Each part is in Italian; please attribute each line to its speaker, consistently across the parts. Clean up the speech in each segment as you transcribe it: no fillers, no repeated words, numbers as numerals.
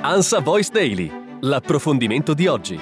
Speaker 1: ANSA Voice Daily, l'approfondimento di oggi.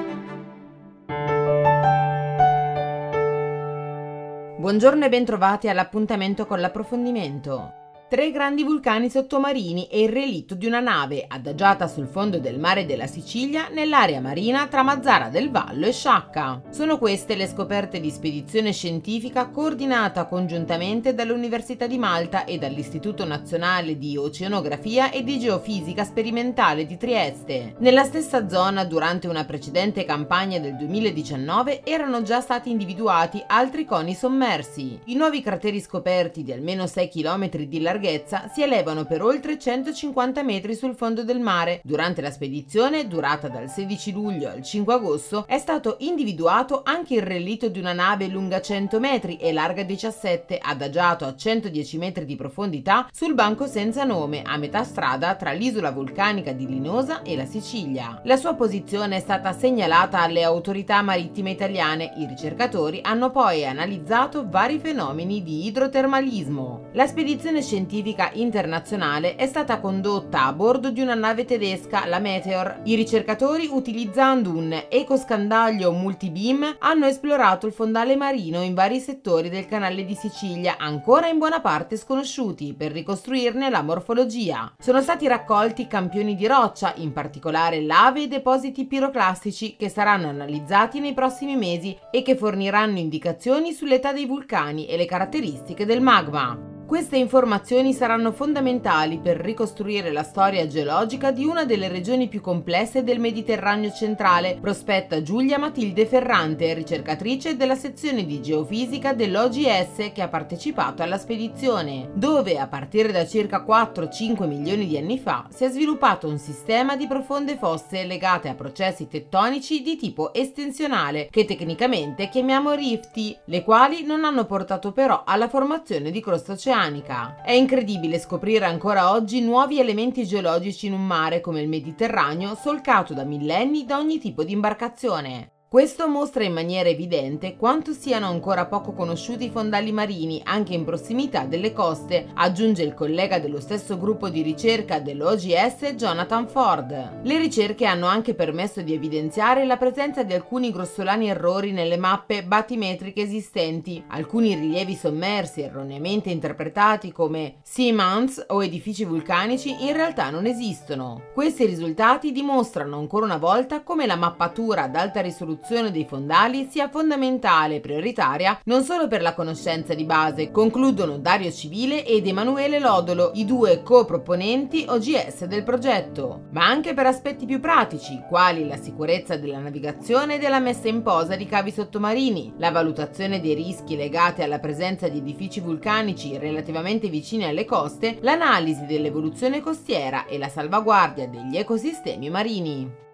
Speaker 2: Buongiorno e bentrovati all'appuntamento con l'approfondimento. 3 grandi vulcani sottomarini e il relitto di una nave adagiata sul fondo del mare della Sicilia nell'area marina tra Mazara del Vallo e Sciacca. Sono queste le scoperte di spedizione scientifica coordinata congiuntamente dall'Università di Malta e dall'Istituto Nazionale di Oceanografia e di Geofisica Sperimentale di Trieste. Nella stessa zona, durante una precedente campagna del 2019, erano già stati individuati altri coni sommersi. I nuovi crateri scoperti di almeno 6 km di larghezza si elevano per oltre 150 metri sul fondo del mare. Durante la spedizione, durata dal 16 luglio al 5 agosto, è stato individuato anche il relitto di una nave lunga 100 metri e larga 17, adagiato a 110 metri di profondità sul banco senza nome, a metà strada tra l'isola vulcanica di Linosa e la Sicilia. La sua posizione è stata segnalata alle autorità marittime italiane. I ricercatori hanno poi analizzato vari fenomeni di idrotermalismo. La spedizione scientifica internazionale è stata condotta a bordo di una nave tedesca, la Meteor. I ricercatori, utilizzando un ecoscandaglio multibeam, hanno esplorato il fondale marino in vari settori del canale di Sicilia, ancora in buona parte sconosciuti, per ricostruirne la morfologia. Sono stati raccolti campioni di roccia, in particolare lave e depositi piroclastici, che saranno analizzati nei prossimi mesi e che forniranno indicazioni sull'età dei vulcani e le caratteristiche del magma. Queste informazioni saranno fondamentali per ricostruire la storia geologica di una delle regioni più complesse del Mediterraneo centrale, prospetta Giulia Matilde Ferrante, ricercatrice della sezione di geofisica dell'OGS che ha partecipato alla spedizione, dove a partire da circa 4-5 milioni di anni fa si è sviluppato un sistema di profonde fosse legate a processi tettonici di tipo estensionale, che tecnicamente chiamiamo rifti, le quali non hanno portato però alla formazione di crosta oceanica. È incredibile scoprire ancora oggi nuovi elementi geologici in un mare come il Mediterraneo, solcato da millenni da ogni tipo di imbarcazione. Questo mostra in maniera evidente quanto siano ancora poco conosciuti i fondali marini anche in prossimità delle coste, aggiunge il collega dello stesso gruppo di ricerca dell'OGS Jonathan Ford. Le ricerche hanno anche permesso di evidenziare la presenza di alcuni grossolani errori nelle mappe batimetriche esistenti. Alcuni rilievi sommersi erroneamente interpretati come seamounts o edifici vulcanici in realtà non esistono. Questi risultati dimostrano ancora una volta come la mappatura ad alta risoluzione dei fondali sia fondamentale e prioritaria non solo per la conoscenza di base, concludono Dario Civile ed Emanuele Lodolo, i 2 coproponenti OGS del progetto, ma anche per aspetti più pratici, quali la sicurezza della navigazione e della messa in posa di cavi sottomarini, la valutazione dei rischi legati alla presenza di edifici vulcanici relativamente vicini alle coste, l'analisi dell'evoluzione costiera e la salvaguardia degli ecosistemi marini.